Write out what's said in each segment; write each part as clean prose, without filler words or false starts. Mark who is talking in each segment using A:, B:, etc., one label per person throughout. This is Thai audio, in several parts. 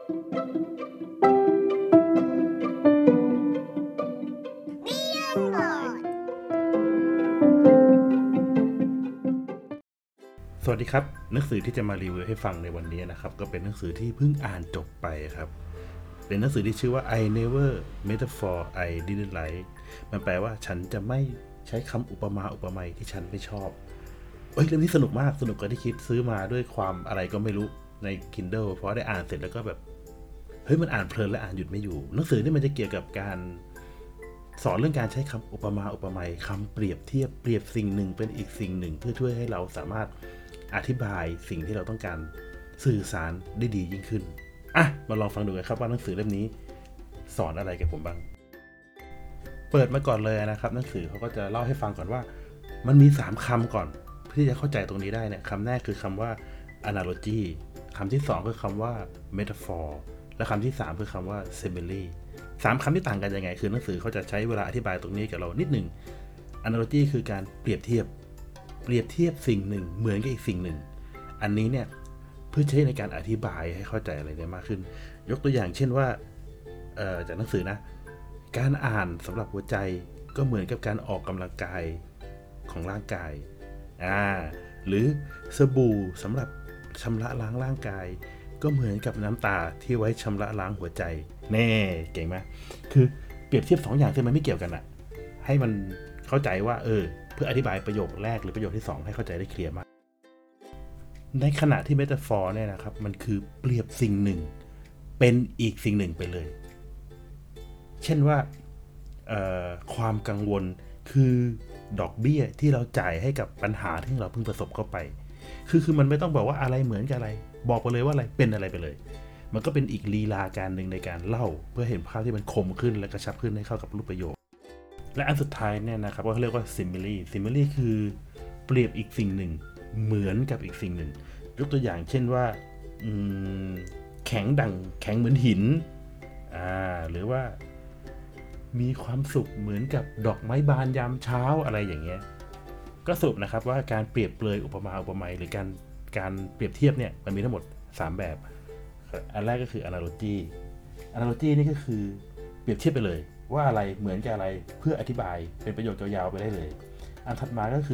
A: สวัสดีครับหนังสือที่จะมารีวิวให้ฟังในวันนี้นะครับก็เป็นหนังสือที่เพิ่งอ่านจบไปครับเป็นหนังสือที่ชื่อว่า I Never Metaphor I Didn't Like มันแปลว่าฉันจะไม่ใช้คำอุปมาอุปไมยที่ฉันไม่ชอบเรื่องนี้สนุกมากสนุกกว่าที่คิดซื้อมาด้วยความอะไรก็ไม่รู้ใน Kindle เพราะได้อ่านเสร็จแล้วก็แบบมันอ่านเพลินและอ่านหยุดไม่อยู่หนังสือนี่มันจะเกี่ยวกับการสอนเรื่องการใช้คำอุปมาอุปไมยคำเปรียบเทียบเปรียบสิ่งหนึ่งเป็นอีกสิ่งหนึ่งเพื่อช่วยให้เราสามารถอธิบายสิ่งที่เราต้องการสื่อสารได้ดียิ่งขึ้นมาลองฟังดูกันครับว่าหนังสือเล่มนี้สอนอะไรกับผมบ้างเปิดมาก่อนเลยนะครับหนังสือเขาก็จะเล่าให้ฟังก่อนว่ามันมี3คำก่อนเพื่อที่จะเข้าใจตรงนี้ได้เนี่ยคำแรกคือคำว่า analogy คำที่2คือคำว่า metaphor และคำที่3คือคำว่า simile 3คำที่ต่างกันยังไงคือหนังสือเขาจะใช้เวลาอธิบายตรงนี้กับเรานิดหนึ่ง analogy คือการเปรียบเทียบสิ่งหนึ่งเหมือนกับอีกสิ่งหนึ่งอันนี้เนี่ยเพื่อใช้ในการอธิบายให้เข้าใจอะไรได้มากขึ้นยกตัวอย่างเช่นว่าจากหนังสือนะการอ่านสำหรับหัวใจก็เหมือนกับการออกกำลังกายของร่างกายหรือสบู่สำหรับชำระล้างร่างกายก็เหมือนกับน้ำตาที่ไว้ชำระล้างหัวใจแน่เก่งไหมคือเปรียบเทียบ2อย่างที่มันไม่เกี่ยวกันอะให้มันเข้าใจว่าเพื่ออธิบายประโยคแรกหรือประโยคที่2ให้เข้าใจได้เคลียร์มากในขณะที่เมตาฟอร์เนี่ยนะครับมันคือเปรียบสิ่งหนึ่งเป็นอีกสิ่งหนึ่งไปเลยเช่นว่าความกังวลคือดอกเบี้ยที่เราจ่ายให้กับปัญหาที่เราเพิ่งประสบเข้าไปคือมันไม่ต้องบอกว่าอะไรเหมือนกับอะไรบอกไปเลยว่าอะไรเป็นอะไรไปเลยมันก็เป็นอีกลีลาการหนึ่งในการเล่าเพื่อเห็นภาพที่มันคมขึ้นและกระชับขึ้นให้เข้ากับรูปประโยคและอันสุดท้ายเนี่ยนะครับก็เรียกว่า simile คือเปรียบอีกสิ่งหนึ่งเหมือนกับอีกสิ่งหนึ่งยกตัวอย่างเช่นว่าแข็งเหมือนหินหรือว่ามีความสุขเหมือนกับดอกไม้บานยามเช้าอะไรอย่างเงี้ยก็สรุปนะครับว่าการเปรียบเปรยอุปมาอุปไมยหรือการเปรียบเทียบเนี่ยมันมีทั้งหมด3แบบอันแรกก็คือ analogy นี่ก็คือเปรียบเทียบไปเลยว่าอะไรเหมือนกับอะไรเพื่ออธิบายเป็นประโยคยาวๆไปได้เลยอันถัดมาก็คือ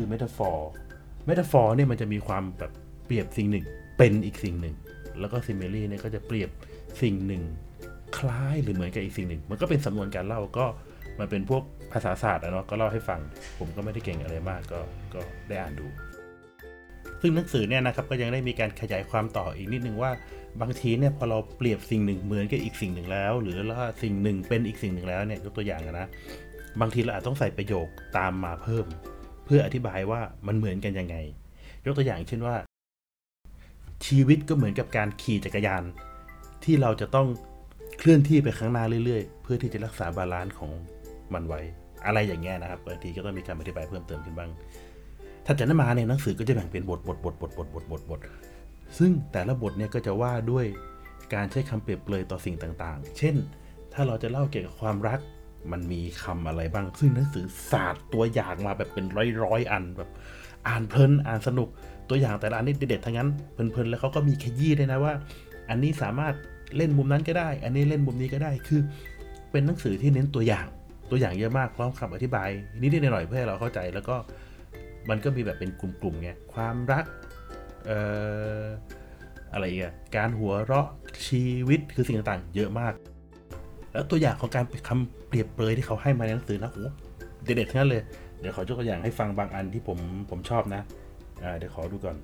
A: metaphor เนี่ยมันจะมีความแบบเปรียบสิ่งหนึ่งเป็นอีกสิ่งหนึ่งแล้วก็ simile เนี่ยก็จะเปรียบสิ่งหนึ่งคล้ายหรือเหมือนกับอีกสิ่งหนึ่งมันก็เป็นสำนวนการเล่าก็มันเป็นพวกภาษาศาสตร์เนาะก็เล่าให้ฟังผมก็ไม่ได้เก่งอะไรมากก็ได้อ่านดูซึ่งหนังสือเนี่ยนะครับก็ยังได้มีการขยายความต่ออีกนิดนึงว่าบางทีเนี่ยพอเราเปรียบสิ่งหนึ่งเหมือนกับอีกสิ่งหนึ่งแล้วหรือว่าสิ่งหนึ่งเป็นอีกสิ่งหนึ่งแล้วเนี่ยยกตัวอย่างนะบางทีเราอาจต้องใส่ประโยคตามมาเพิ่มเพื่ออธิบายว่ามันเหมือนกันยังไงยกตัวอย่างเช่นว่าชีวิตก็เหมือนกับการขี่จักรยานที่เราจะต้องเคลื่อนที่ไปข้างหน้าเรื่อยๆเพื่อที่จะรักษาบาลานซ์ของมันไว้อะไรอย่างเงี้ยนะครับบางทีก็ต้องมีการอธิบายเพิ่มเติมขึ้นบ้างถ้าจากนั้นมาเนี่ยหนังสือก็จะแบ่งเป็นบทซึ่งแต่ละบทเนี่ยก็จะว่าด้วยการใช้คำเปรียบเปรยต่อสิ่งต่างๆเช่นถ้าเราจะเล่าเกี่ยวกับความรักมันมีคำอะไรบ้างซึ่งหนังสือศาสตร์ตัวอย่างมาแบบเป็นร้อยอันแบบอ่านเพลินอ่านสนุกตัวอย่างแต่ละอันนี่เด็ดๆทั้งนั้นเพลินๆแล้วเขาก็มีขยี้ด้วยนะว่าอันนี้สามารถเล่นมุมนั้นก็ได้อันนี้เล่นมุมนี้ก็ได้คือเป็นหนังสือที่เน้นตัวอย่างเยอะมากพร้อมคำอธิบายนิดๆหน่อยๆเพื่อให้เราเข้าใจแล้วก็มันก็มีแบบเป็นกลุ่มๆไงความรักอะไรอ่ะการหัวเราะชีวิตคือสิ่งต่างๆเยอะมากแล้วตัวอย่างของการคำเปรียบเปรยที่เขาให้มาในหนังสือนะโอ้เด็ดๆทั้งนั้นเลยเดี๋ยวขอยกตัวอย่างให้ฟังบางอันที่ผมชอบนะเดี๋ยวขอดูก่อน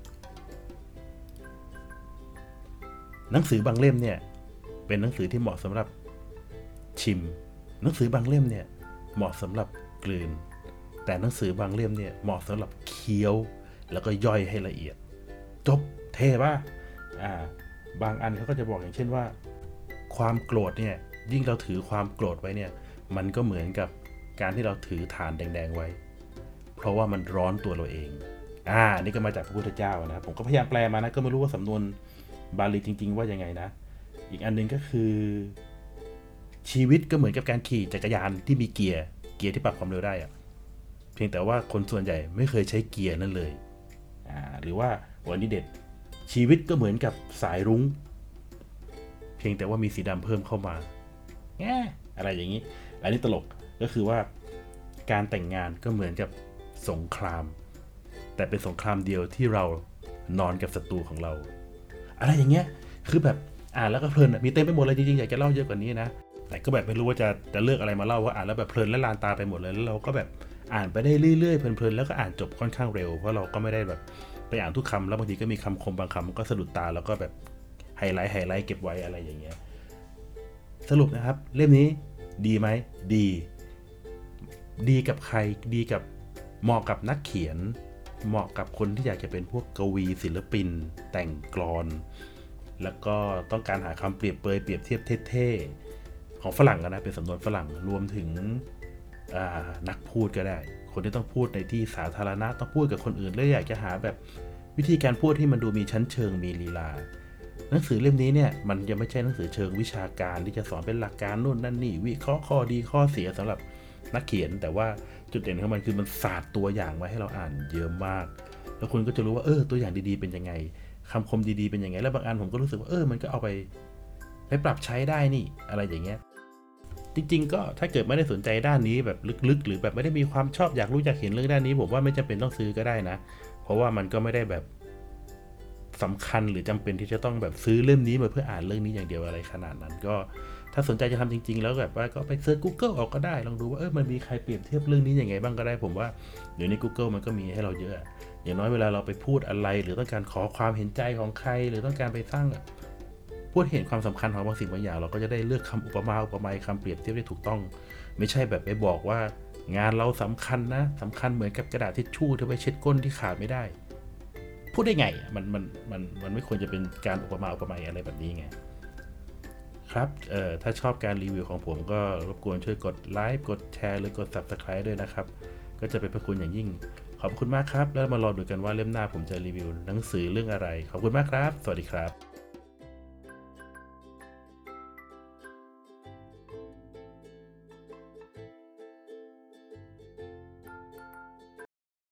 A: หนังสือบางเล่มเนี่ยเป็นหนังสือที่เหมาะสำหรับชิมหนังสือบางเล่มเนี่ยเหมาะสำหรับกลืนแต่หนังสือบางเล่มเนี่ยเหมาะสำหรับเคี้ยวแล้วก็ย่อยให้ละเอียดจบเท่ป่ะบางอันเขาก็จะบอกอย่างเช่นว่าความโกรธเนี่ยยิ่งเราถือความโกรธไว้เนี่ยมันก็เหมือนกับการที่เราถือถ่านแดงๆไว้เพราะว่ามันร้อนตัวเราเองนี่ก็มาจากพระพุทธเจ้านะผมก็พยายามแปลมานะก็ไม่รู้ว่าสำนวนบาลีจริงๆว่ายังไงนะอีกอันนึงก็คือชีวิตก็เหมือนกับการขี่จักรยานที่มีเกียร์ที่ปรับความเร็วได้เพียงแต่ว่าคนส่วนใหญ่ไม่เคยใช้เกียร์นั่นเลยหรือว่าวันนี้เด็ดชีวิตก็เหมือนกับสายรุ้งพียงแต่ว่ามีสีดำเพิ่มเข้ามาแง่อะไรอย่างนี้อันนี้ตลกก็คือว่าการแต่งงานก็เหมือนกับสงครามแต่เป็นสงครามเดียวที่เรานอนกับศัตรูของเราอะไรอย่างเงี้ยคือแบบอ่านแล้วก็เพลินมีเต็มไปหมดเลยจริงๆอยากจะเล่าเยอะกว่านี้นะแต่ก็แบบไม่รู้ว่าจะเลือกอะไรมาเล่าว่าอ่านแล้วแบบเพลินและลานตาไปหมดเลยแล้วเราก็แบบอ่านไปได้เรื่อยๆเพลินๆแล้วก็อ่านจบค่อนข้างเร็วเพราะเราก็ไม่ได้แบบไปอ่านทุกคำแล้วบางทีก็มีคำคมบางคำก็สะดุดตาแล้วก็แบบไฮไลท์เก็บไว้อะไรอย่างเงี้ยสรุปนะครับเล่มนี้ดีไหมดีกับใครดีกับเหมาะกับนักเขียนเหมาะกับคนที่อยากจะเป็นพวกกวีศิลปินแต่งกลอนแล้วก็ต้องการหาคำเปรียบเทียบเท่ๆของฝรั่งนะเป็นสำนวนฝรั่งรวมถึงนักพูดก็ได้คนที่ต้องพูดในที่สาธารณะต้องพูดกับคนอื่นแล้วอยากจะหาแบบวิธีการพูดที่มันดูมีชั้นเชิงมีลีลาหนังสือเล่มนี้เนี่ยมันยังไม่ใช่หนังสือเชิงวิชาการที่จะสอนเป็นหลักการนู่นนั่นนี่วิเคราะห์ข้อดีข้อเสียสำหรับนักเขียนแต่ว่าจุดเด่นของมันคือมันสาดตัวอย่างไว้ให้เราอ่านเยอะมากแล้วคุณก็จะรู้ว่าตัวอย่างดีๆเป็นยังไงคำคมดีๆเป็นยังไงแล้วบางอันผมก็รู้สึกว่ามันก็เอาไปปรับใช้ได้นี่อะไรอย่างเงี้ยจริงๆก็ถ้าเกิดไม่ได้สนใจด้านนี้แบบลึกๆหรือแบบไม่ได้มีความชอบอยากรู้อยากเห็นเรื่องด้านนี้ผมว่าไม่จำเป็นต้องซื้อก็ได้นะเพราะว่ามันก็ไม่ได้แบบสำคัญหรือจำเป็นที่จะต้องแบบซื้อเล่มนี้มาเพื่ออ่านเรื่องนี้อย่างเดียวอะไรขนาดนั้นก็ถ้าสนใจจะทำจริงๆแล้วแบบว่าก็ไปเซิร์ช Google ออกก็ได้ลองดูว่ามันมีใครเปรียบเทียบเรื่องนี้ยังไงบ้างก็ได้ผมว่าเดี๋ยวใน Google มันก็มีให้เราเยอะอย่างน้อยเวลาเราไปพูดอะไรหรือต้องการขอความเห็นใจของใครหรือต้องการไปสร้างพูดเห็นความสำคัญของบางสิ่งบางอย่างเราก็จะได้เลือกคำอุปไมยคำเปรียบเทียบได้ถูกต้องไม่ใช่แบบไปบอกว่างานเราสำคัญนะสำคัญเหมือนกับกระดาษทิชชู่ที่ไปเช็ดก้นที่ขาดไม่ได้พูดได้ไงมันไม่ควรจะเป็นการอุปไมยอะไรแบบนี้ไงครับถ้าชอบการรีวิวของผมก็รบกวนช่วยกดไลค์กดแชร์หรือกด Subscribe ด้วยนะครับก็จะเป็นพระคุณอย่างยิ่งขอบคุณมากครับแล้วมารอดูกันว่าเล่มหน้าผมจะรีวิวหนังสือเรื่องอะไรขอบคุณมากครับสวัสดีครับ